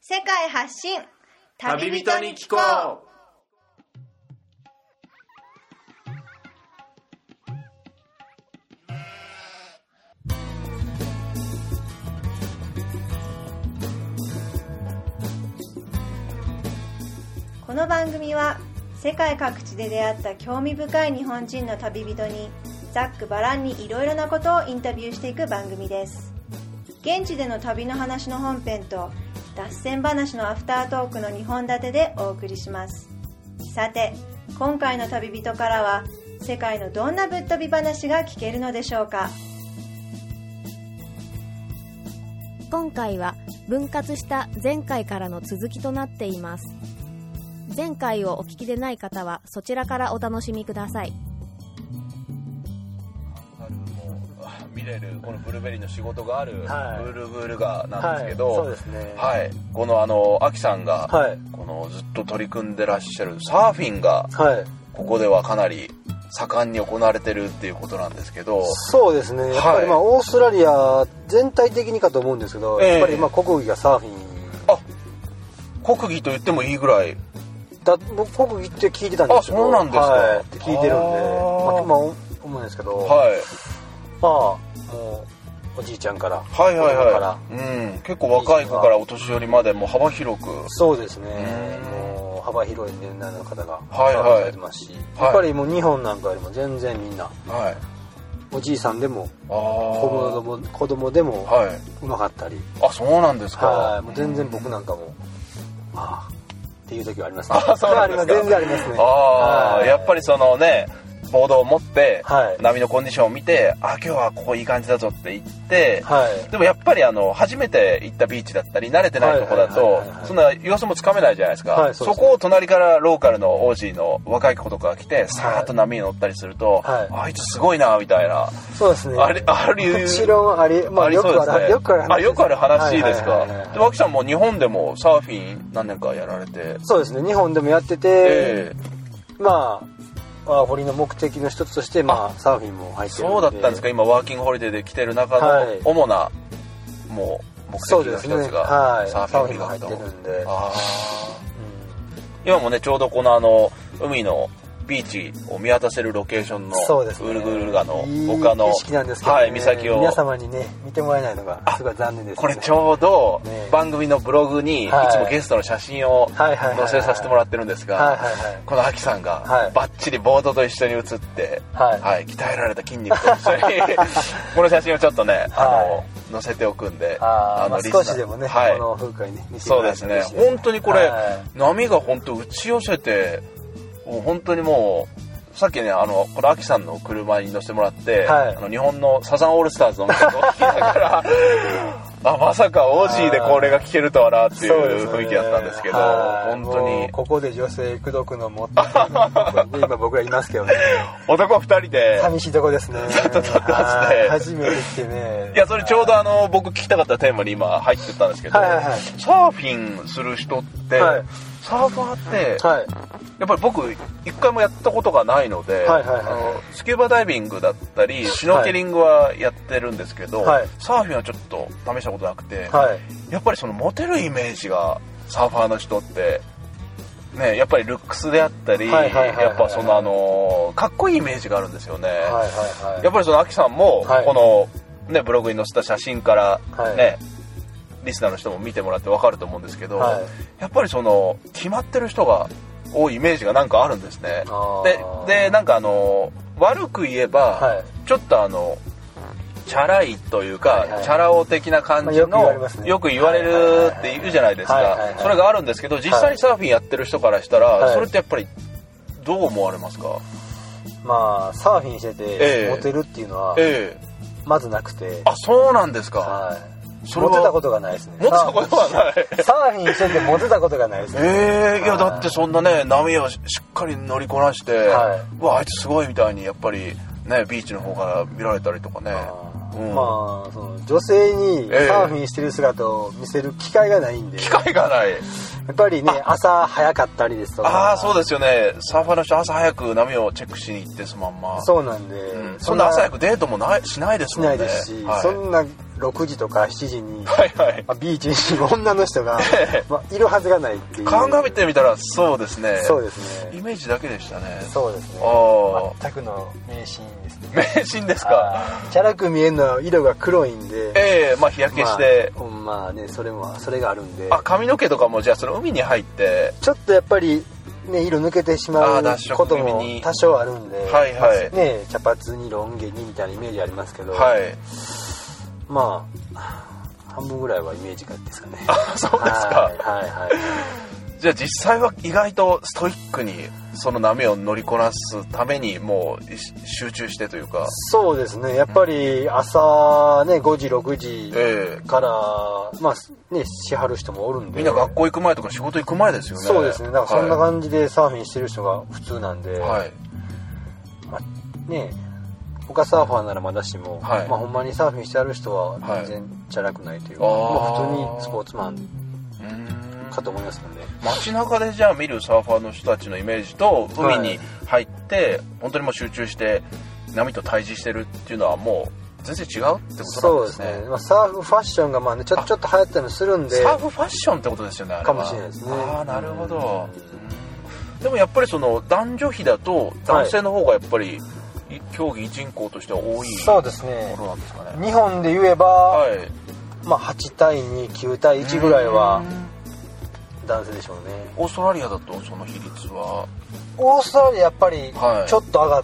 世界発信旅人に聞こう。 この番組は世界各地で出会った興味深い日本人の旅人にざっくばらんにいろいろなことをインタビューしていく番組です。現地での旅の話の本編と脱線話のアフタートークの2本立てでお送りします。さて、今回の旅人からは世界のどんなぶっ飛び話が聞けるのでしょうか。 今回は分割した前回からの続きとなっています。前回をお聞きでない方はそちらからお楽しみください。 見れるこのブルーベリーの仕事があるブはいールブール川なんですけど、 そうですね。 はい、このアキさんが、 はいこのずっと取り組んでらっしゃるサーフィンがはい。 ここではかなり盛んに行われてるっていうことなんですけど、 そうですね。やっぱりオーストラリア全体的にかと思うんですけど、やっぱり国技がサーフィン。 国技と言ってもいいぐらい。 僕国技って聞いてたんですけど。 そうなんですか。 はい、って聞いてるんで、 あー思うんですけど、 はいもうおじいちゃんから、 はいはい子供からはい、うん、結構若い子からお年寄りまでもう幅広く。 そうですね。 うんもう幅広い年代の方がはいはい参加されてますし、 はいやっぱりもう日本なんかよりも全然みんなはいおじいさんでもあー子供でもはうまかったり、 あそうなんですか。 はい、もう全然僕なんかもっていう時はありますね。 あそうなんですか。 全然ありますね。 はい、やっぱりそのねボードを持って、 はい波のコンディションを見て、今日はここいい感じだぞって言って、 はいでもやっぱり初めて行ったビーチだったり慣れてないとこだと、そんな様子もつかめないじゃないですか、 はいそうですねそこを隣からローカルのオージーの若い子とかが来てさーっと波に乗ったりすると、 はいあいつすごいなみたいな、 そうですね。 あるもちろんあり、 ありそうですね。 よくある話です。 よくある話ですか。 はいはいはいはいで、脇さんも日本でもサーフィン何年かやられて。 そうですね。日本でもやってて、 えワーホリの目的の一つとして、サーフィンも入ってるんで。 そうだったんですか。今ワーキングホリデーで来てる中のはい主な、もう目的そうですね。 の一つがはい。 サーフィンも入ってるんで。 あー今もねちょうどこの海のビーチを見渡せるロケーションのそうですね。 ウルグル川のいい僕景色なんですけどね、 はい岬を皆様にね見てもらえないのがすごい残念ですね。 これちょうどね番組のブログにいはいつもゲストの写真をはいはいはいはい載せさせてもらってるんですはいが、 はいはい。 このアキさんはがいバッチリボードと一緒に写って、 はい鍛えられた筋肉と一緒にこの写真をちょっとねは載せておくんで、リスナー少しでもね、 はいこの風景にね見てもらえそうですねたら嬉しいですね。 本当にこれ、 は波が本当打ち寄せてもう本当にもうさっきねこのアキさんの車に乗せてもらって、 はい日本のサザンオールスターズの音楽を聴きながらまさかオージーでこれが聴けるとはなっていう雰囲気だったんですけど、 はい本当にもうここで女性口説くのも今僕らいますけどね。 男2人で寂しいとこですね。 ちょっと撮ってますねはい初めて来てね。 いやそれちょうど僕聞きたかったテーマに今入ってたんですけど、 はいはいはいサーフィンする人って、 はいサーファーって、 はいやっぱり僕一回もやったことがないので、 はいはいはスキューバダイビングだったりシュノーケリングはやってるんですけど、 はいサーフィンはちょっと試したことなくて、 はい。 やっぱりそのモテるイメージがサーファーの人ってね、やっぱりルックスであったり、 はいはいはいはいやっぱそのかっこいいイメージがあるんですよね。 はいはいはい。 やっぱりそのアキさんも、 はいこのねブログに載せた写真からはいね、リスナーの人も見てもらって分かると思うんですけど、 はいやっぱりその決まってる人が多いイメージがなんかあるんですね。 あーでなんか悪く言えば、 はいちょっとチャラいというか、 はいはいチャラ男的な感じの、 まあよく言われますねよく言われるって言うじゃないですはいはいはいか。それがあるんですけど、実際にサーフィンやってる人からしたら、 はいそれってやっぱりどう思われますか？ サーフィンしてええてモテるっていうのはええ。 まずなくて、 あ、そうなんですか。 はい。 それはモテたことがないですね。 持ってたことはない。 サーフィンしててモテたことがないですね。 いやだってそんなね波をしっかり乗りこなして、 はうわあいつすごいみたいにやっぱりねビーチの方から見られたりとかね、 そうんの女性にサーフィンしてる姿を見せる機会がないんで、 機会がない。 やっぱりね朝早かったりですとか。 ああそうですよね。サーファーの人朝早く波をチェックしに行ってそのまんま。 そうなんで、 そんな朝早くデートもしないですしもんね。 ないですし、 はいそんな 6時とか7時に、 はいはい、 ビーチに女の人が、いるはずがないっていう。 鑑みてみたらそうですね。 そうですね。 イメージだけでしたね。 そうですね。全くの迷信ですね。 迷信ですか。 チャラく見えるのは色が黒いんで。 日焼けして。 ね、それがあるんで。 髪の毛とかもじゃあその海に入って。 ちょっとやっぱり、ね、色抜けてしまうことも多少あるんで、 はいはい、 ね、茶髪にロン毛にみたいなイメージありますけど、 はい、 まあ半分ぐらいはイメージですかね。 そうですか。はいはいはい。じゃあ実際は意外とストイックにその波を乗りこなすためにもう集中してというか。 そうですね。やっぱり朝ね5時6時から、しはる人もおるんで。 みんな学校行く前とか仕事行く前ですよね。 そうですね。だからそんな感じでサーフィンしてる人が普通なんで、はい、他サーファーならまだしも、はい、ほんまにサーフィンしてある人は全然チャラくないというか、普通にスポーツマンかと思いますので。 街中でじゃあ見るサーファーの人たちのイメージと海に入って本当にもう集中して波と対峙してるっていうのはもう全然違うってことなんですね。 そうですね。サーフファッションがちょっと流行ったりするんで。 サーフファッションってことですよね。あれはかもしれないですね。 なるほど。でもやっぱりその男女比だと男性の方がやっぱり、競技人口としては多いそうですね。 ものなんですかね。 日本で言えば、8対2、9対1ぐらいは男性でしょうね。 オーストラリアだとその比率はオーストラリアやっぱりちょっと上がって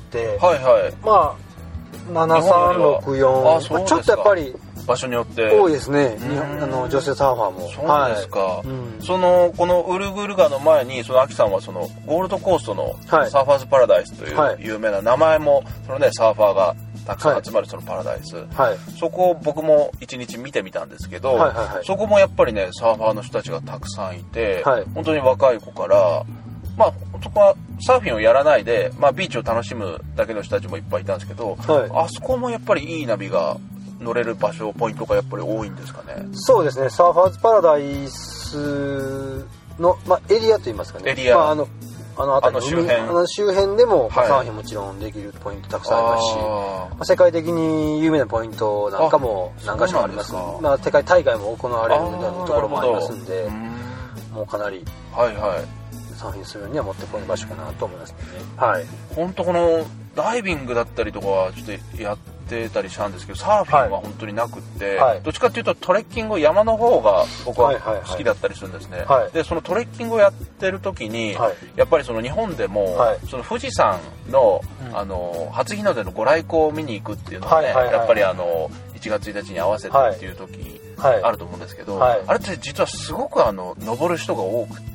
、7364、ちょっとやっぱり場所によって多いですね。女性サーファーも。 そうですか。このウルグルガの前にそのアキさんはそのゴールドコーストのサーファーズパラダイスという有名な名前もそのねサーファーがたくさん集まるそのパラダイス、そこを僕も一日見てみたんですけど、そこもやっぱりねサーファーの人たちがたくさんいて、本当に若い子からそこはサーフィンをやらないで、ビーチを楽しむだけの人たちもいっぱいいたんですけど、あそこもやっぱりいいナビが乗れる場所ポイントがやっぱり多いんですかね。 そうですね。サーファーズパラダイスの、エリアといいますかね。 エリア、 周辺でも、サーフィンもちろんできるポイントたくさんありますし、世界的に有名なポイントなんかも何か所もあります。世界大会も行われるところもありますんで、もうかなりサーフィンするにはもってこいの場所かなと思いますね。 本当このダイビングだったりとかはちょっとやってたりしたんですけど、サーフィンは本当になくって、どっちかっていうとトレッキング山の方が僕は好きだったりするんですね。でそのトレッキングをやってる時に、やっぱりその日本でも、その富士山の、初日の出のご来光を見に行くっていうのはね、やっぱり1月1日に合わせてっていう時あると思うんですけど、あれって実はすごく登る人が多くって、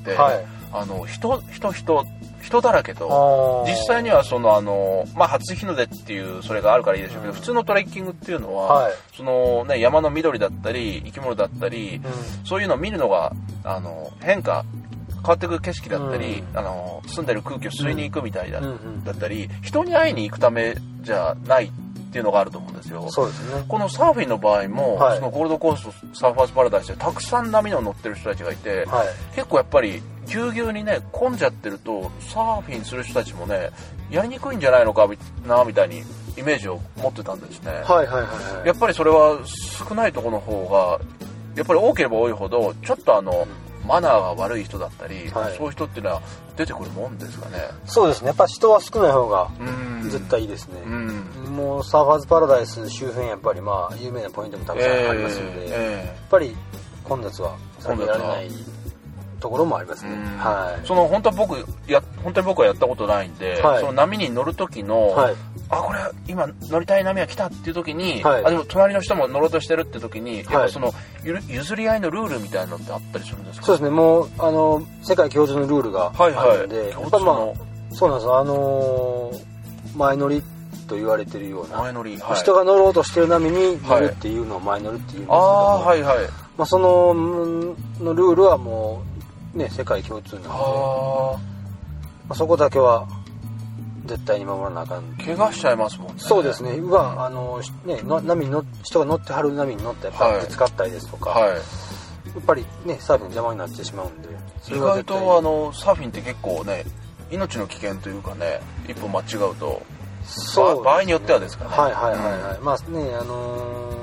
人だらけと、実際にはその初日の出っていうそれがあるからいいでしょうけど、普通のトレッキングっていうのは、そのね山の緑だったり生き物だったり、そういうのを見るのが変わっていく景色だったり、住んでる空気を吸いに行くみたいだったり、人に会いに行くためじゃないっていうのがあると思うんですよ。 そうですね。 このサーフィンの場合も、そのゴールドコーストサーファーズパラダイスでたくさん波の乗ってる人たちがいて、結構やっぱりぎゅうぎゅうにね混んじゃってるとサーフィンする人たちもねやりにくいんじゃないのかなみたいにイメージを持ってたんですね。やっぱりそれは少ないところの方がやっぱり多ければ多いほどちょっとマナーが悪い人だったり、そういう人っていうのは出てくるもんですかね。 そうですね。やっぱ人は少ない方が絶対いいですね。もうサーファーズパラダイス周辺やっぱり有名なポイントもたくさんありますので、やっぱり混雑は避けられないところもありますね。 その本当に僕はやったことないんで、その波に乗る時の、これ今乗りたい波が来たっていう時に、でも隣の人も乗ろうとしてるって時に、やっぱその譲り合いのルールみたいなのってあったりするんですか？ そうですね。もう世界共通のルールがあるので、やっぱそうなんです。前乗りと言われてるような、人が乗ろうとしてる波に乗るっていうのを前乗りっていうんですけど、そのルールはもうね世界共通なので、そこだけは絶対に守らなあかん。 怪我しちゃいますもんね。 そうですね。波に人が乗ってはる波に乗ってやっぱりぶつかったりですとか、やっぱりねサーフィンの邪魔になってしまうんで。 意外とサーフィンって結構ね命の危険というかね、一歩間違うと場合によってはですかね。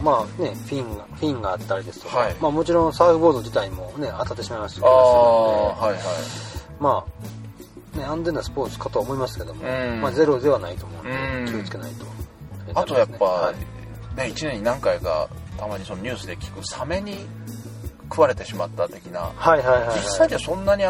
まあね、フィンがあったりですとか、はい、まあもちろんサーフボード自体もね、当たってしまいますけど、 はいはい、 まあ、ね、安全なスポーツかとは思いますけども、まあゼロではないと思うので、気をつけないと、 あとやっぱ、はいね、1年に何回かたまにそのニュースで聞くサメに食われてしまった的な、実際ではそんなに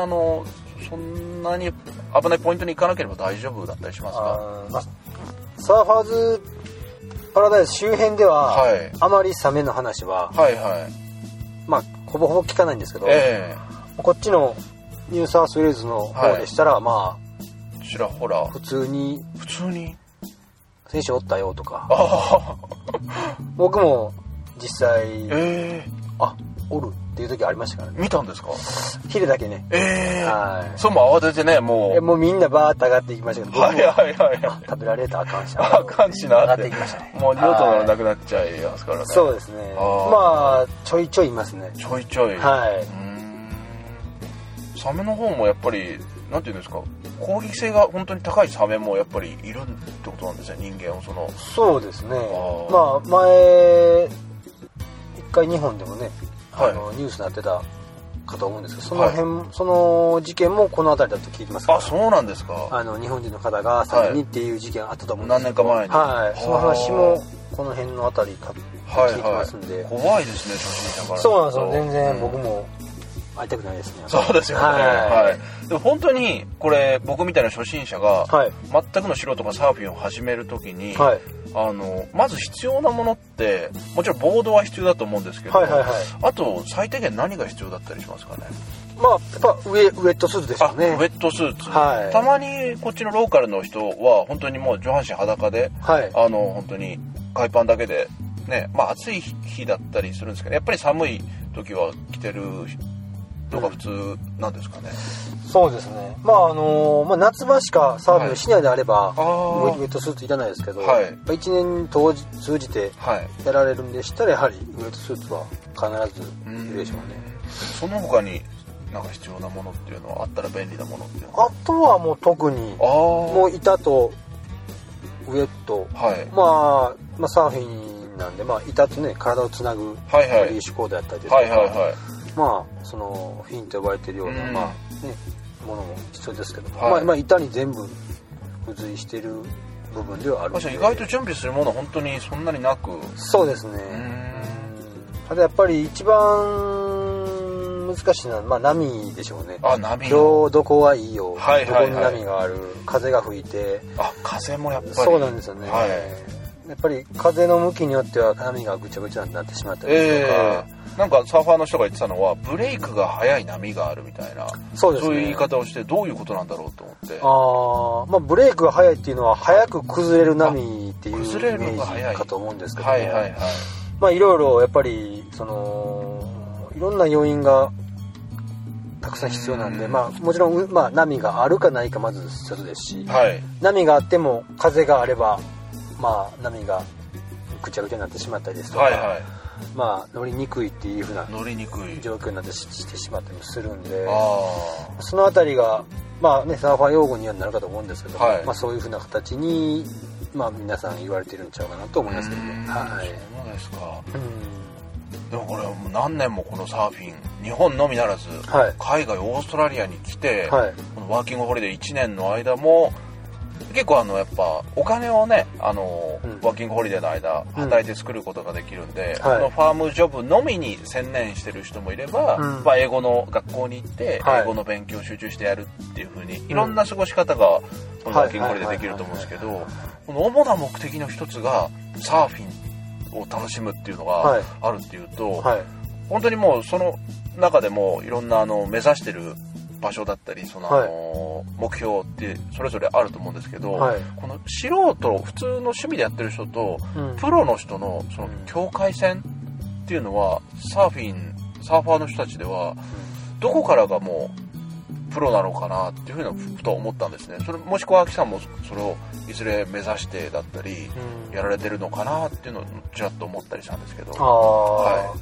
危ないポイントに行かなければ大丈夫だったりしますか？ サーファーズパラダイス周辺では、はい、あまりサメの話は、はいはい、まあほぼほぼ聞かないんですけど、こっちのニューサウスウェールズの方でしたら、はい、まあちらほら普通に選手おったよとか僕も実際、おるっていう時ありましたからね。 見たんですか？ ヒレだけね。 はい。そうも慌ててね、もうみんなバーッと上がっていきましたけど、 はいはいはい。 食べられたらあかんしな。 あかんしなって。 上がっていきましたね。 もう二度となくなっちゃいますからね。 そうですね。まあちょいちょいいますね。 ちょいちょい。 はい。 サメの方もやっぱりなんていうんですか、攻撃性が本当に高いサメもやっぱりいるってことなんですよ、人間をそうですね。まあ前一回日本でもね、はい、ニュースになってたかと思うんですけど、その辺、はい、その事件もこの辺りだと聞いてますから。 そうなんですか。 日本人の方がサメにっていう事件あったと思うんですけど、 何年か前に、 はい、その話もこの辺の辺りか聞いてますんで、はいはい、怖いですね、初心者から。 そうなんですよ。全然僕も会いたくないですね。 そうですよね。はいはい、でも本当にこれ僕みたいな初心者が、はい、全くの素人がサーフィンを始めるときに、はい、まず必要なものってもちろんボードは必要だと思うんですけど、はいはいはい、あと最低限何が必要だったりしますかね？ まあやっぱウェットスーツですよね。 ウェットスーツ、はい、たまにこっちのローカルの人は本当にもう上半身裸で、はい、本当に海パンだけでね、まあ暑い日だったりするんですけど、やっぱり寒い時は着てるのが普通なんですかね？ そうですね。まあ夏場しかサーフィンをしないであれば、はい、ウェットスーツいらないですけど、はい、1年通じてやられるんでしたらやはりウェットスーツは必ずいるでしょうね。 その他になんか必要なものっていうのはあったら便利なものっていうのは？ あとはもう特にもう板とウェット、はい、まあサーフィンなんで、まあ、板とね体をつなぐリーシュコードやったりですとか、はいはいはい、まあそのフィンと呼ばれているような、まあね、ものも必要ですけど、はい、まあ板に全部付随している部分ではあるので、 意外と準備するもの本当にそんなになく。 そうですね。ただやっぱり一番難しいのは、まあ、波でしょうね。波。今日どこはいいよ、はいはいはい、どこに波がある、風が吹いて。 風もやっぱり。 そうなんですよね。はい、やっぱり風の向きによっては波がぐちゃぐちゃになってしまったりとか、 なんかサーファーの人が言ってたのはブレイクが速い波があるみたいな、そういう言い方をしてどういうことなんだろうと思って。 まあ、ブレイクが速いっていうのは速く崩れる波っていうイメージかと思うんですけども、はいはいはい、まあいろいろやっぱりいろんな要因がたくさん必要なんで、まあもちろん、まあ、波があるかないかまず一つですし、はい、波があっても風があればまあ波がぐちゃぐちゃになってしまったりですとか、はいはい、まあ乗りにくいっていう風な状況になってしてしまったりもするんで、そのあたりがまあねサーファー用語にはなるかと思うんですけど、はい、まあそういう風な形にまあ皆さん言われてるんちゃうかなと思いますけどね。はい。 そうですか。でもこれ何年もこのサーフィン日本のみならず、はい、海外オーストラリアに来て、はい、このワーキングホリデー1年の間も結構やっぱお金をねワーキングホリデーの間働いて作ることができるんで、このファームジョブのみに専念してる人もいれば、まあ、英語の学校に行って英語の勉強を集中してやるっていう風にいろんな過ごし方がこのワーキングホリデーできると思うんですけど、この主な目的の一つがサーフィンを楽しむっていうのがあるっていうと、はい、本当にもうその中でもいろんな目指してる場所だったり目標ってそれぞれあると思うんですけど、はい、この素人普通の趣味でやってる人と、プロの人のその境界線っていうのはサーファーの人たちではどこからがもうプロなのかなっていうふうなふと思ったんですね。もしくは秋さんもそれをいずれ目指してだったりやられてるのかなっていうのをちらっと思ったりしたんですけど、はい、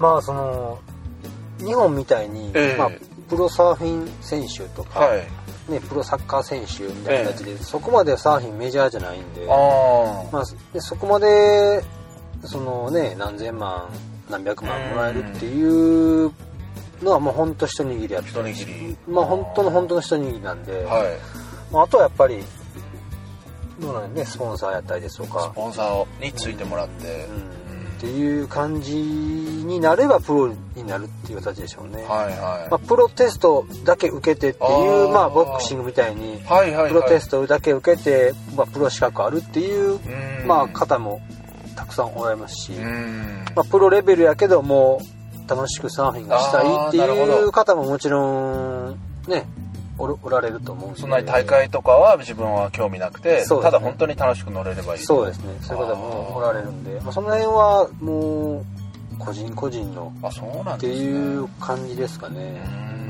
まあ日本みたいに、まあプロサーフィン選手とか、はいね、プロサッカー選手みたいな形で、そこまでサーフィンメジャーじゃないんで、まあ、でそこまでそのね何千万何百万もらえるっていうのはもう本当一握りやって、 一握り、 まあ本当の一握りなんで、 はい、 まあ、あとはやっぱりどうなんね、スポンサーやったりですとか、 スポンサーについてもらって、 っていう感じになればプロになるっていう形でしょうね。 はいはい。 まあ、プロテストだけ受けてっていう、まあボクシングみたいに、プロテストだけ受けて、まあ、プロ資格あるっていう、まあ方もたくさんおられますし、まあ、プロレベルやけども楽しくサーフィンがしたいっていう方ももちろんねおられると思うんで、 そんなに大会とかは自分は興味なくて、ただ本当に楽しく乗れればいい。 そうですね、そういう方もおられるんで、まあ、その辺はもう個人個人のっていう感じですかね。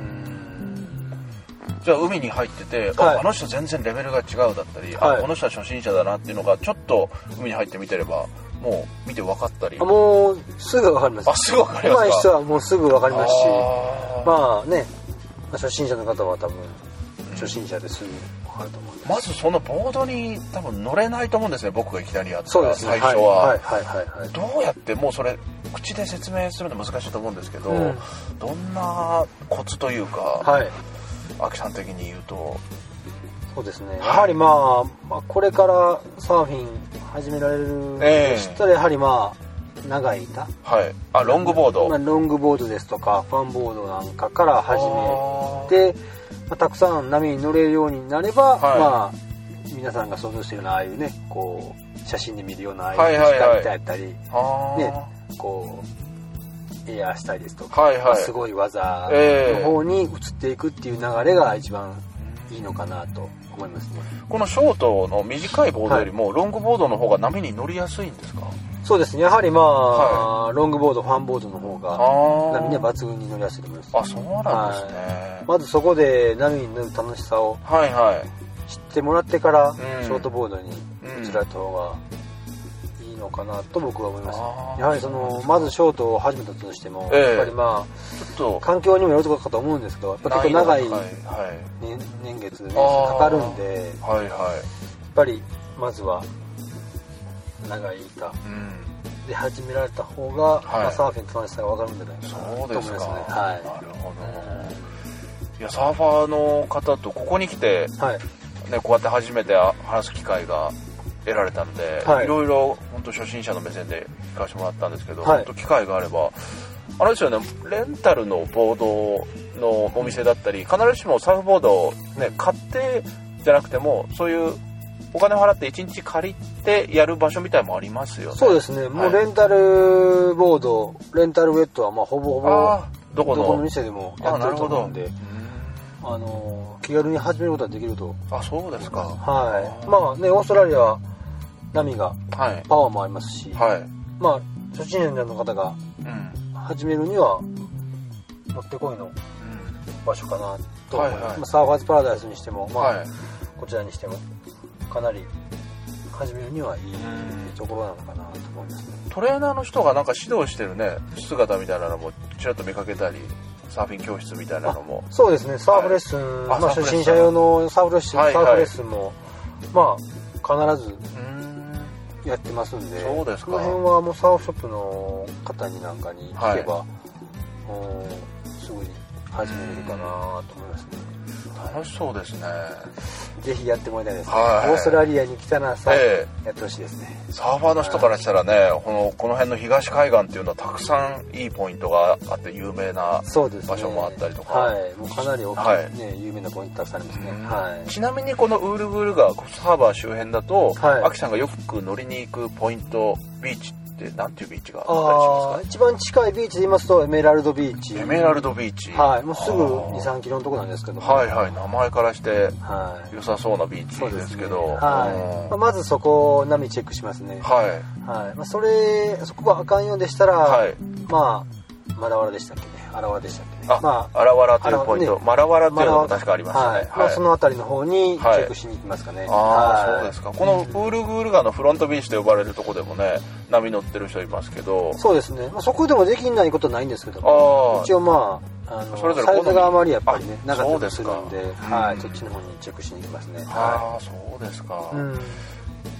じゃあ海に入ってて、はい、あの人全然レベルが違うだったり、はい、この人は初心者だなっていうのがちょっと海に入って見てればもう見て分かったり。 もうすぐ分かります。 すぐ分かりますか。 上手い人はもうすぐ分かりますし、まあね、初心者の方は多分初心者ですぐ分かると思うんです。 まずそのボードに多分乗れないと思うんですね、僕がいきなりやったら、最初は。どうやってもうそれ口で説明するの難しいと思うんですけど、どんなコツというか、秋さん的に言うと。 そうですね、やはりまあこれからサーフィン始められるでしたらやはりまあ長い板、 ロングボード、 ロングボードですとかファンボードなんかから始めて、まあ、たくさん波に乗れるようになれば、まあ皆さんが想像しているようなああいうねこう写真で見るようなああいう機械みたいやったり、ね、こうエアーしたりですとか、まあ、すごい技の方に移っていくっていう流れが一番いいのかなと思いますね。 このショートの短いボードよりもロングボードの方が波に乗りやすいんですか？ そうですね、やはりまあ、ロングボードファンボードの方が波には抜群に乗りやすいと思います。 そうなんですね。 まずそこで波に乗る楽しさを知ってもらってからショートボードに移られた方がいいのかなと僕は思います。やはりそのまずショートを始めたとしても、やっぱりまあちょっと環境にもよるところかと思うんですけど、やっぱ結構長い年月かかるんで、やっぱりまずは長い板で始められた方が、まあ、サーフィンの楽しさが分かるんじゃないかなと思いますね。なるほど。いやサーファーの方とここに来て、ね、こうやって初めて話す機会が得られたので、いろいろ本当初心者の目線で聞かせてもらったんですけど、本当機会があればあれですよね、レンタルのボードのお店だったり、必ずしもサーフボードを、ね、買ってじゃなくてもそういうお金を払って1日借りてやる場所みたいもありますよね。 そうですね、もうレンタルボード、レンタルウェットはまあほぼほぼどこの店でもやってると思うんで、気軽に始めることができると。 そうですか。 まあね、オーストラリアは波がパワーもありますし、まあ初心者の方が始めるにはもってこいの場所かなと思います。サーファーズパラダイスにしても、まあこちらにしてもかなり始めるにはいいところなのかなと思いますね。 トレーナーの人がなんか指導してるね姿みたいなのもちらっと見かけたり、サーフィン教室みたいなのも。 そうですね、サーフレッスン、まあ初心者用のサーフレッスンもまあ必ずやってますんで、 そうですか。 この辺はもうサーフショップの方になんかに聞けば、すぐに始めれるかなと思いますね。 楽しそうですね。 ぜひやってもらいたいですね。オーストラリアに来たらさ、やってほしいですね。 サーファーの人からしたらね、この辺の東海岸っていうのはたくさんいいポイントがあって有名な場所もあったりとか、 もうかなり大きいね、有名なポイントたくさんありますね。 ちなみにこのウールグール川コスハーバー周辺だと、秋さんがよく乗りに行くポイントビーチってなんていうビーチがあったりしますか？ 一番近いビーチで言いますとエメラルドビーチ。 エメラルドビーチ。 もうすぐ 2,3 キロのとこなんですけども。 名前からして良さそうなビーチですけど。 まずそこを波チェックしますね。そこがあかんようでしたら、まあマラワラでしたっけね。アラワラでしたっけね。 アラワラというポイント、マラワラというのも確かありますね。 そのあたりの方にチェックしに行きますかね。 そうですか。このウールグール川のフロントビーチと呼ばれるとこでもね、波乗ってる人いますけど。 そうですね。そこでもできないことはないんですけども、一応まあそれぞれサイズがあまりやっぱりねなかったりするんで、そっちの方にチェックしに行きますね。 そうですか。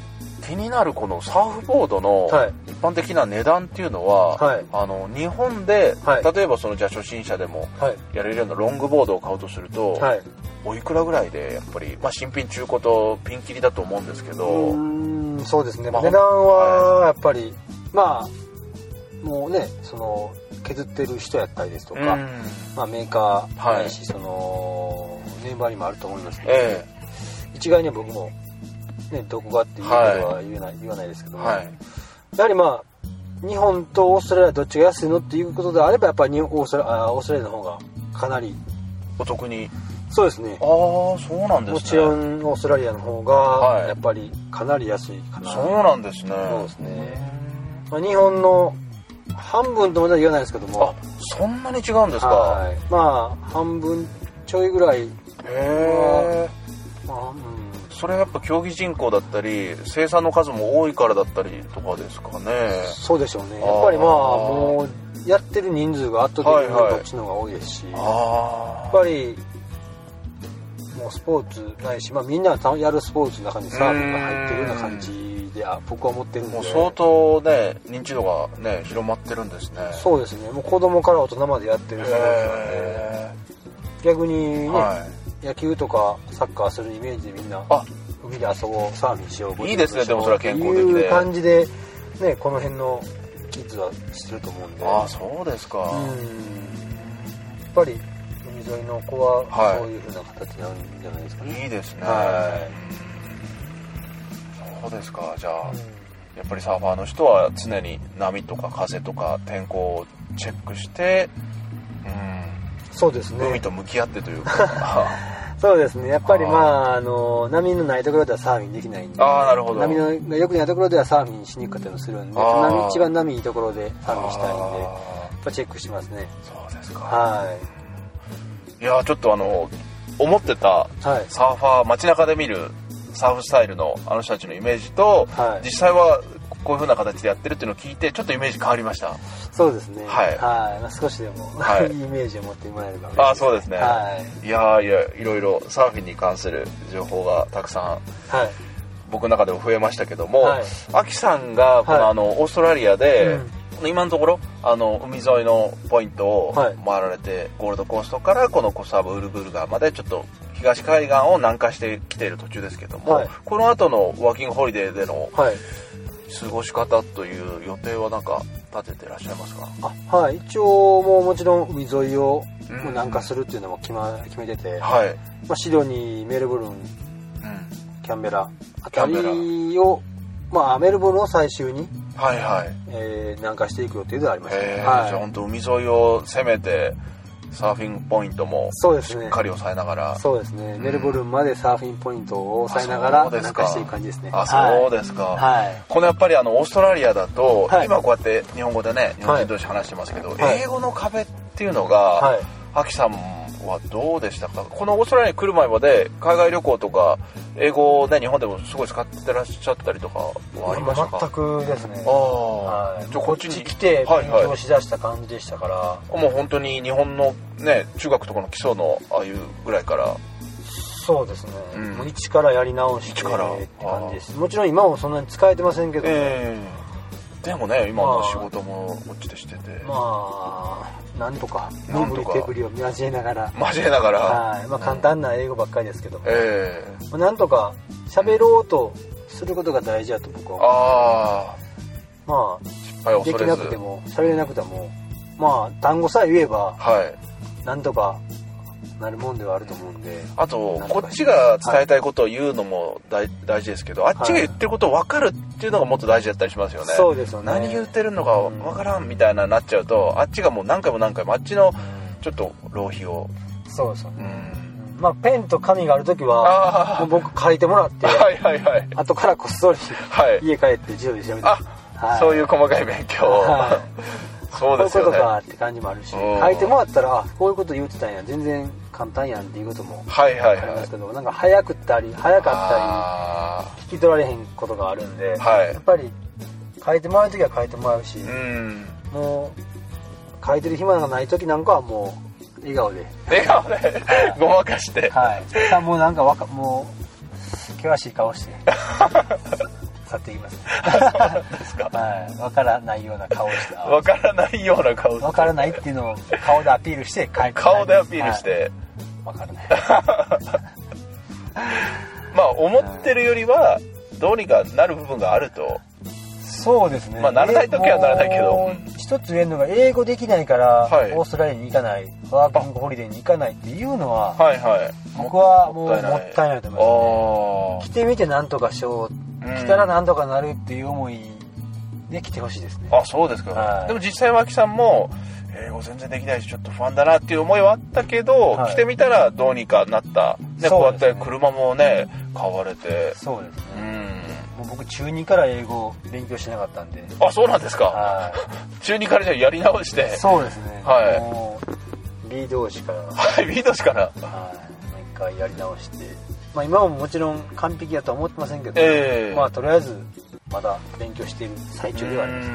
気になるこのサーフボードの一般的な値段っていうのは、はい、日本で、はい、例えばじゃあ初心者でもやれるようなロングボードを買おうとすると、はい、おいくらぐらいでやっぱり、新品中古とピンキリだと思うんですけど。 そうですね、値段はやっぱり、もうね削ってる人やったりですとか、メーカーないし、ネーバーにもあると思いますけど、一概には僕も、ね、どこがっていうことは言わないですけども、やはり日本とオーストラリアどっちが安いのっていうことであればやっぱりオーストラリアの方がかなりお得に。 そうですね。 ああ、そうなんですね。 もちろんオーストラリアの方がやっぱりかなり安いかな。 そうなんですね。 そうですね。日本の半分とまでは言わないですけども。 そんなに違うんですか。はい。 半分ちょいぐらい。へえ。 それはやっぱ競技人口だったり生産の数も多いからだったりとかですかね。 そうでしょうね。やっぱりもうやってる人数が圧倒的にこっちの方が多いですし、やっぱりもうスポーツないし、みんなやるスポーツの中にサーフィンが入ってるような感じで僕は思ってるんで、 もう相当ね認知度がね広まってるんですね。 そうですね。もう子供から大人までやってるスポーツなんで、逆にね、野球とかサッカーするイメージでみんな海で遊ぼう、サーフィンしよう、 いいですね。でもそれは健康的でいう感じでね、この辺のキッズはしてると思うんで。 そうですか。やっぱり海沿いの子はそういう風な形になるんじゃないですかね。 いいですね。そうですか。じゃあやっぱりサーファーの人は常に波とか風とか天候をチェックして、 そうですね。 海と向き合ってというか。 そうですね。やっぱり波のないところではサーフィンできないんで。 なるほど。 波の良くないところではサーフィンしにくかったりもするんで、一番波いいところでサーフィンしたいんで、やっぱチェックしますね。 そうですか。 はい。 いやちょっと思ってたサーファー、街中で見るサーフスタイルの人たちのイメージと、実際はこういう風な形でやってるっていうのを聞いてちょっとイメージ変わりました。 そうですね。少しでも、いいイメージを持ってもらえれば嬉しいです。 そうですね。いやいろいろサーフィンに関する情報がたくさん、僕の中でも増えましたけども、アキさんがこのオーストラリアで、今のところ海沿いのポイントを回られて、ゴールドコーストからこのコサーブウルグル川までちょっと東海岸を南下してきている途中ですけども、この後のワーキングホリデーでの過ごし方という予定はなんか立ててらっしゃいますか？ 一応もちろん海沿いを南下するっていうのも決めてて、シドニー、メルボルン、キャンベラあたりをメルボルンを最終に南下していく予定ではありますね。 じゃあ本当海沿いを攻めてサーフィンポイントもしっかり抑えながら。 そうですね。メルボルンまでサーフィンポイントを抑えながら南下していく感じですね。 そうですか。このやっぱりオーストラリアだと、今こうやって日本語でね日本人同士話してますけど、英語の壁っていうのが、アキさんはどうでしたか？このオーストラリアに来る前まで海外旅行とか英語をね日本でもすごい使ってらっしゃったりとかはありましたか？ 全くですね。こっちに来て勉強しだした感じでしたから、 もう本当に日本のね中学とかの基礎のああいうぐらいから。 そうですね。もう一からやり直してって感じです。もちろん今もそんなに使えてませんけど、 でもね今の仕事もこっちでしてて、 なんとか身振り手振りを交えながら簡単な英語ばっかりですけど、なんとか喋ろうとすることが大事だと僕は思って、できなくても喋れなくても単語さえ言えばなんとかなるもんではあると思うんで。 あとこっちが伝えたいことを言うのも大事ですけど、あっちが言ってることを分かるっていうのがもっと大事だったりしますよね。 そうですよね。 何言ってるのか分からんみたいななっちゃうと、あっちがもう何回もあっちのちょっと浪費を。 そうですよね。ペンと紙があるときはもう僕書いてもらって後からこっそり家帰って自動で調べて、 そういう細かい勉強を。そうですよね。 こういうことかって感じもあるし、書いてもらったらこういうこと言ってたんや、全然簡単やんっていうこともありますけど、なんか早かったり聞き取られへんことがあるんで、やっぱり書いてもらうときは書いてもらうし、もう書いてる暇がないときなんかはもう笑顔でごまかして、 もうなんかもう険しい顔して去っていきます。 そうですか。 はい。わからないような顔をして。 わからないような顔して。 わからないっていうのを顔でアピールして帰って。 顔でアピールして。 わからない。 まあ思ってるよりはどうにかなる部分があると。 そうですね。 まあならない時はならないけど。 一つ言えるのが英語できないから、はい、オーストラリアに行かない、ワーキングホリデーに行かないっていうのは、 はいはい、 僕はもうもったいないと思いますね。来てみてなんとかしよう、来たらなんとかなるっていう思いで来てほしいですね。 あ、そうですか。はい、でも実際脇さんも英語全然できないしちょっと不安だなっていう思いはあったけど、はい、来てみたらどうにかなった、ね、こうやって車もね買われて。 そうですね。もう僕中2から英語を勉強してなかったんで。 あ、そうなんですか。はい、中2からじゃあやり直して。 そうですね。 はい。 もう B 動詞から。 はい、B 動詞から。 はい。もう一回やり直して。まあ今ももちろん完璧だとは思ってませんけど、まあとりあえずまだ勉強している最中ではあります。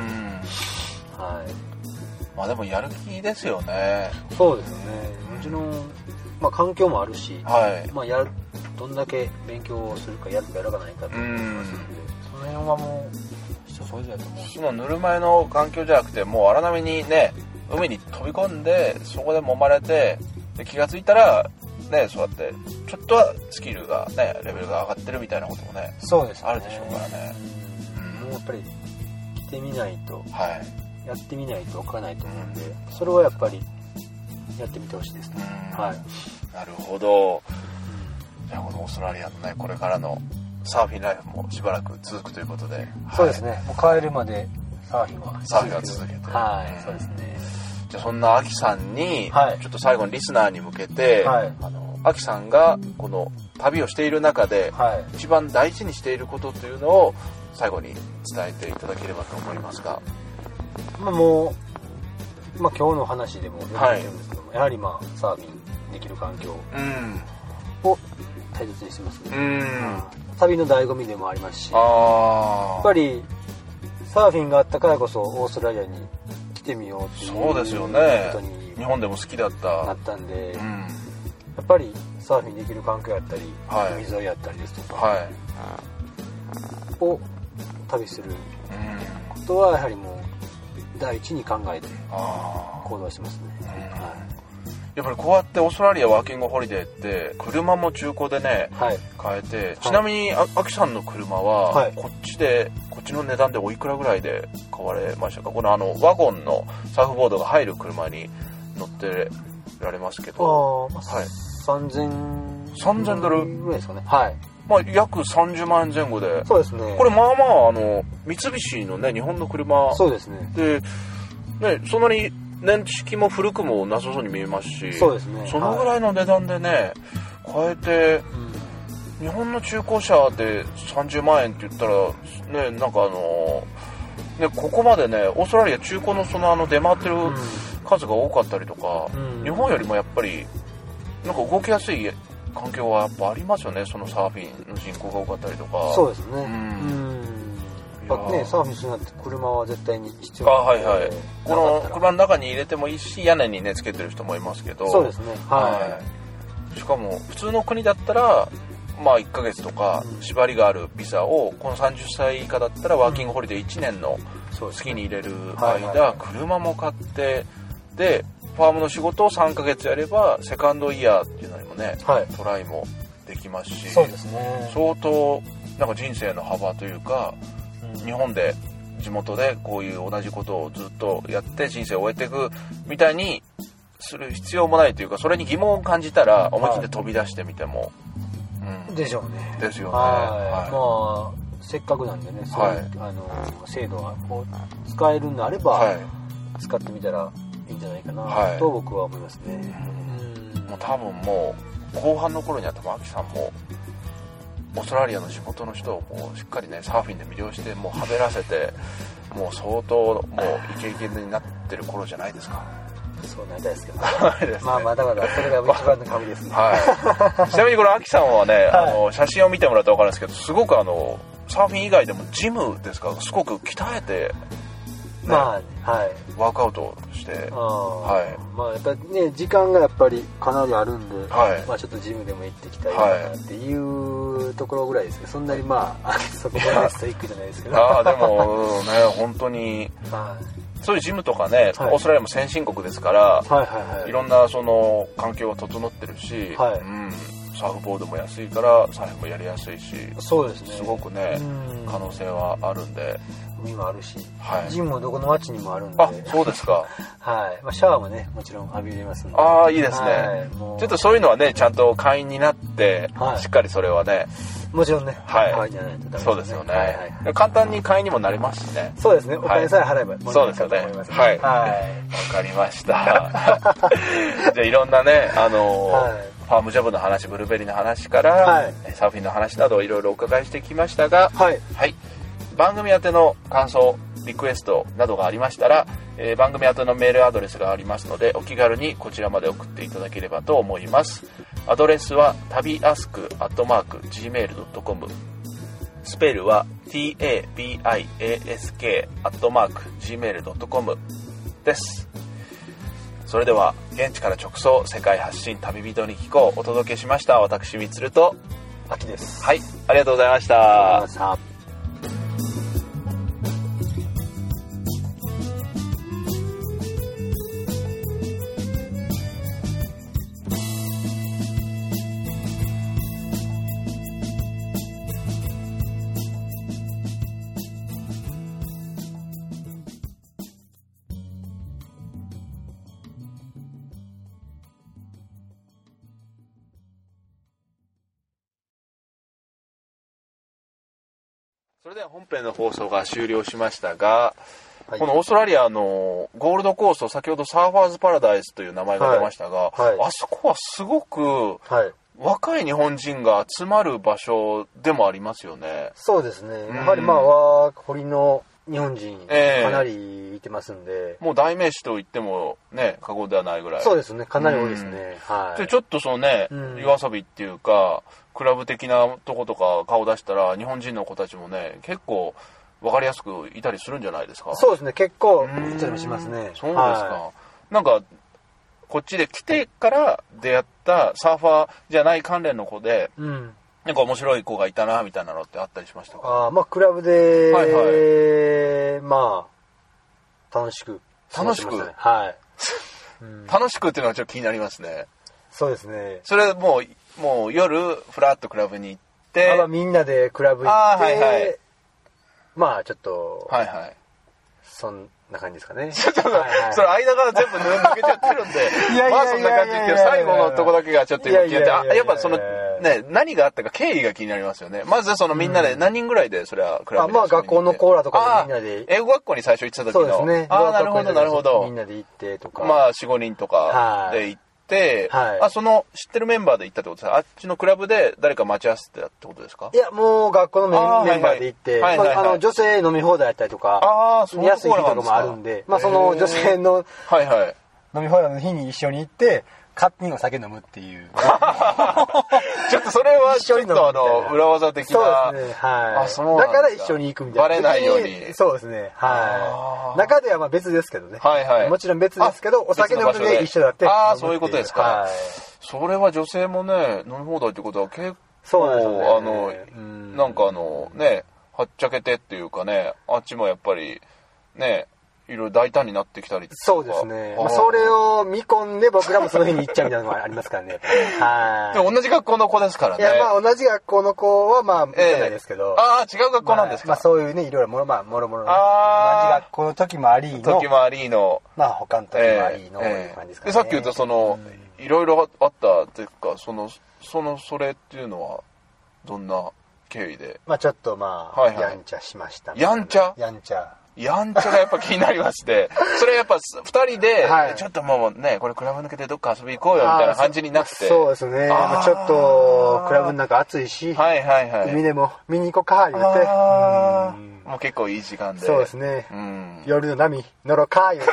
はい。 まあでもやる気ですよね。 そうですよね。もちろんまあ環境もあるし、はい。まあどんだけ勉強をするかやるかやらないかと思いますので、その辺はもう人それぞれだと思うし。 もうぬるま湯の環境じゃなくて、もう荒波にね、海に飛び込んで、そこで揉まれて、で気がついたら、ね、そうやって、ちょっとはスキルがね、レベルが上がってるみたいなこともね、 そうですね、 あるでしょうからね。 もうやっぱり来てみないと、 はい、 やってみないと分からないと思うんで、それはやっぱりやってみてほしいですね。はい。 なるほど。じゃあこのオーストラリアのね、これからのサーフィンライフもしばらく続くということで。 そうですね。はい、もう帰るまでサーフィンは続けて。 はい、そうですね。 じゃあそんなアキさんに、はい、ちょっと最後にリスナーに向けて、はい、アキさんがこの旅をしている中で、はい、一番大事にしていることというのを最後に伝えていただければと思いますが。 まあもう、まあ今日の話でも出てきてるんですけども、はい、やはりまあサーフィンできる環境を大切にしてますね。旅の醍醐味でもありますし、やっぱりサーフィンがあったからこそオーストラリアに来てみようっていうそうですよね。ことに日本でも好きだったなったんで、やっぱりサーフィンできる環境やったり、はい、海沿いやったりですとか、はい、を旅することはやはりもう第一に考えて行動してますね。 やっぱりこうやってオーストラリアワーキングホリデーって車も中古でね、はい、買えて、ちなみにアキさんの車は、はい、こっちの値段でおいくらぐらいで買われましたか？このワゴンのサーフボードが入る車に乗ってられますけど、 はい、3000 ドルぐらいですかね。はい。 まあ約30万円前後で。 そうですね。 これまあまあ三菱のね日本の車そうですね。 でねそんなに年式も古くもなさそうに見えますし、 そうですね。 そのぐらいの値段でね、買えて、日本の中古車で30万円って言ったらね、なんかねここまでねオーストラリア中古の出回ってる数が多かったりとか、日本よりもやっぱりなんか動きやすい環境はやっぱありますよね。そのサーフィンの人口が多かったりとか。 そうですね。やっぱね、サーフィンするなんて車は絶対に必要なんで。はいはい。この車の中に入れてもいいし、屋根にねつけてる人もいますけど。 そうですね。 はい。しかも普通の国だったら、まあ1ヶ月とか縛りがあるビザをこの30歳以下だったらワーキングホリデー1年の月に入れる間、車も買ってでファームの仕事を3ヶ月やればセカンドイヤーっていうのにもね、トライもできますし、 そうですね。 相当なんか人生の幅というか。日本で地元でこういう同じことをずっとやって人生を終えていくみたいにする必要もないというか、それに疑問を感じたら思い切って飛び出してみても、 でしょうね。 ですよね。 はい。まあせっかくなんでね、そういう制度を使えるんであれば、使ってみたらいいんじゃないかなと僕は思いますね。 もう多分もう後半の頃には多分アキさんもオーストラリアの地元の人をもうしっかりねサーフィンで魅了してもうはべらせてもう相当もうイケイケになってる頃じゃないですか。 そうなりたいですけど、ね、まあまだまだそれが一番の神ですね。 はい。ちなみにこのアキさんはね、写真を見てもらったら分かるんですけど、すごくサーフィン以外でもジムですか、すごく鍛えて、ね、 まワークアウトして、 まあやっぱりね時間がやっぱりかなりあるんで、まあちょっとジムでも行ってきたいなっていうところぐらいですけど、そんなにまあそこまでストイックじゃないですけどでもね本当に、そういうジムとかね、オーストラリアも先進国ですから、いろんなその環境が整ってるし、サーフボードも安いからサーフもやりやすいし、 そうですね、 すごくね可能性はあるんで、 海もあるし、ジムもどこの町にもあるんで。 そうですか。 まあ、シャワーもねもちろん浴びれますんで。 いいですね、ちょっとそういうのはねちゃんと会員になって、しっかりそれはねもちろんね、会員じゃないとダメですね。 そうですよね、簡単に会員にもなりますしね。 そうですね、お金さえ払えば、 そうですよね。わかりました。じゃあいろんなねファームジョブの話、ブルーベリーの話から、サーフィンの話などいろいろお伺いしてきましたが、番組宛ての感想、リクエストなどがありましたら、番組宛てのメールアドレスがありますので、お気軽にこちらまで送っていただければと思います。アドレスはtabiask@gmail.com、 スペルは tabiask@gmail.com です。それでは現地から直送、世界発信旅人に聞こう、お届けしました。私みつるとあきです。 ありがとうございました。それでは本編の放送が終了しましたが、このオーストラリアのゴールドコースト、先ほどサーファーズパラダイスという名前が出ましたが、あそこはすごく若い日本人が集まる場所でもありますよね。 そうですね、やはりまあワーホリの日本人かなりいてますんで、 もう代名詞と言ってもね過言ではないぐらい。 そうですね、かなり多いですね。 でちょっとそのね、夜遊びっていうかクラブ的なとことか顔出したら日本人の子たちもね結構分かりやすくいたりするんじゃないですか。 そうですね、結構いたりしますね。 そうですか。なんかこっちで来てから出会ったサーファーじゃない関連の子で、なんか面白い子がいたなみたいなのってあったりしましたか？ まあクラブで、まあ楽しく、 楽しくっていうのはちょっと気になりますね。 そうですね。 それもう夜フラッとクラブに行って、 みんなでクラブ行って、まあちょっとそんな感じですかね。 それ間が全部抜けちゃってるんでまあそんな感じですけど、最後のとこだけがちょっと今気になって、やっぱそのね何があったか経緯が気になりますよね。まずそのみんなで何人ぐらいでそれはクラブにまあ学校のコーラとかでみんなで、 英語学校に最初行ってた時の。 そうですね。 なるほどなるほど。 みんなで行ってとか、 まあ 4,5 人とかで行って、その知ってるメンバーで行ったってことですか？あっちのクラブで誰か待ち合わせてたってことですか？ いや、もう学校のメンバーで行って、女性飲み放題やったりとか、安い日とかもあるんで、まあその女性の飲み放題の日に一緒に行って勝手にお酒飲むっていうちょっとそれはちょっと裏技的な。 そうですね、だから一緒に行くみたいな。 バレないように。 そうですね、中ではまあ別ですけどね、もちろん別ですけど、お酒飲むで一緒だって。 そういうことですか。それは女性もね飲み放題ってことは結構なんかねはっちゃけてっていうかね、あっちもやっぱりねいろいろ大胆になってきたり。 そうですね。それを見込んで僕らもその日に行っちゃうみたいなのがありますからね。 でも同じ学校の子ですからね。 いや、まあ同じ学校の子はまあ行ってないですけど。 違う学校なんですか。 まあそういうね、いろいろもろもろ。同じ学校の時もありの。まあ他の時もありの感じですかね。 さっき言ったそのいろいろあったというか、それっていうのはどんな経緯で。 まあちょっとまあやんちゃしました。 やんちゃがやっぱ気になりまして、それやっぱ2人で、ちょっともうね、これクラブ抜けてどっか遊び行こうよみたいな感じになって。 そうですね。ちょっとクラブの中暑いし、海でも見に行こうか言って、 もう結構いい時間で。 そうですね。夜の波乗ろうか言って。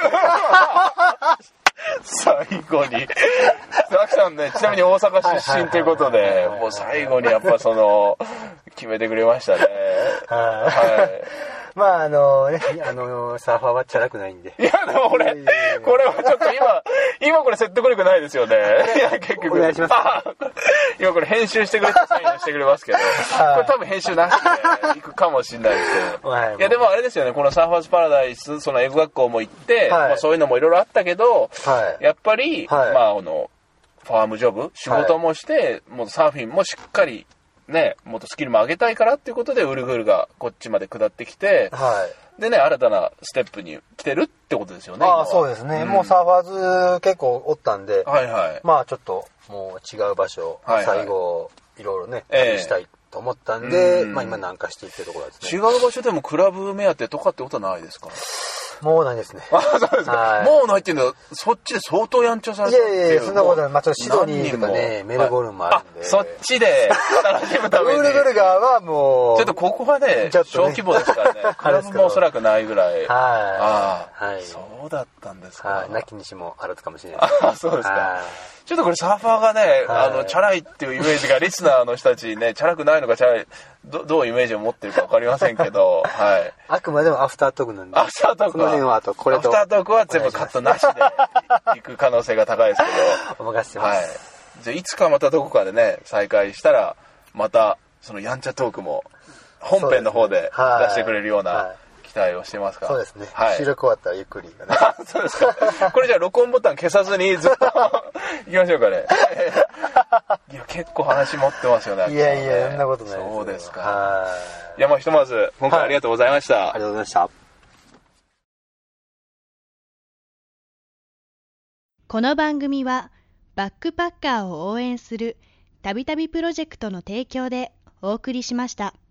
最後にザキさんね、ちなみに大阪出身ということで、もう最後にやっぱ決めてくれましたね。 まあサーファーはチャラくないんで。 いやでも俺これはちょっと今これ説得力ないですよね。いや結局お願いします。 今これ編集してくれてサインしてくれますけど、これ多分編集なしでいくかもしれないですけど、いやでもあれですよね、このサーファーズパラダイス、その英語学校も行って、まあ、そういうのもいろいろあったけど、やっぱり、まあファームジョブ、仕事もして、もうサーフィンもしっかりね、もっとスキルも上げたいからっていうことでウルグールがこっちまで下ってきて、でね、新たなステップに来てるってことですよね。 そうですね、もうサーファーズ結構おったんで、まあちょっともう違う場所、最後いろいろね、したいと思ったんで、まあ今南下していってるところですね。 違う場所でもクラブ目当てとかってことはないですか？ もうないですね。 そうですか。もうないっていうのは、そっちで相当やんちゃされてる。 いや、そんなことない。まあちょっとシドニーとかね、メルボルンもあるんで。 そっちで楽しむために。 ウルグルガーはもう。 ちょっとここはね、小規模ですからね。クラブもおそらくないぐらい。そうだったんですか。 なきにしもあるかもしれない。 そうですか。ちょっとこれサーファーがね、チャラいっていうイメージがリスナーの人たちにね、チャラくないのかチャラい、どうイメージを持ってるか分かりませんけど、 あくまでもアフタートークなんで。 アフタートークは。 この辺はこれと。 アフタートークは全部カットなしで行く可能性が高いですけど。お任せしてます。 じゃあいつかまたどこかでね、再開したら、またそのやんちゃトークも本編の方で出してくれるような、期待をしてますか？ そうですね。収録終わったらゆっくり。 そうですか。これじゃあ録音ボタン消さずにずっと行きましょうかね。いや結構話持ってますよね。 いやそんなことないです。 そうですか。いやひとまず今回ありがとうございました。 ありがとうございました。 この番組はバックパッカーを応援するたびたびプロジェクトの提供でお送りしました。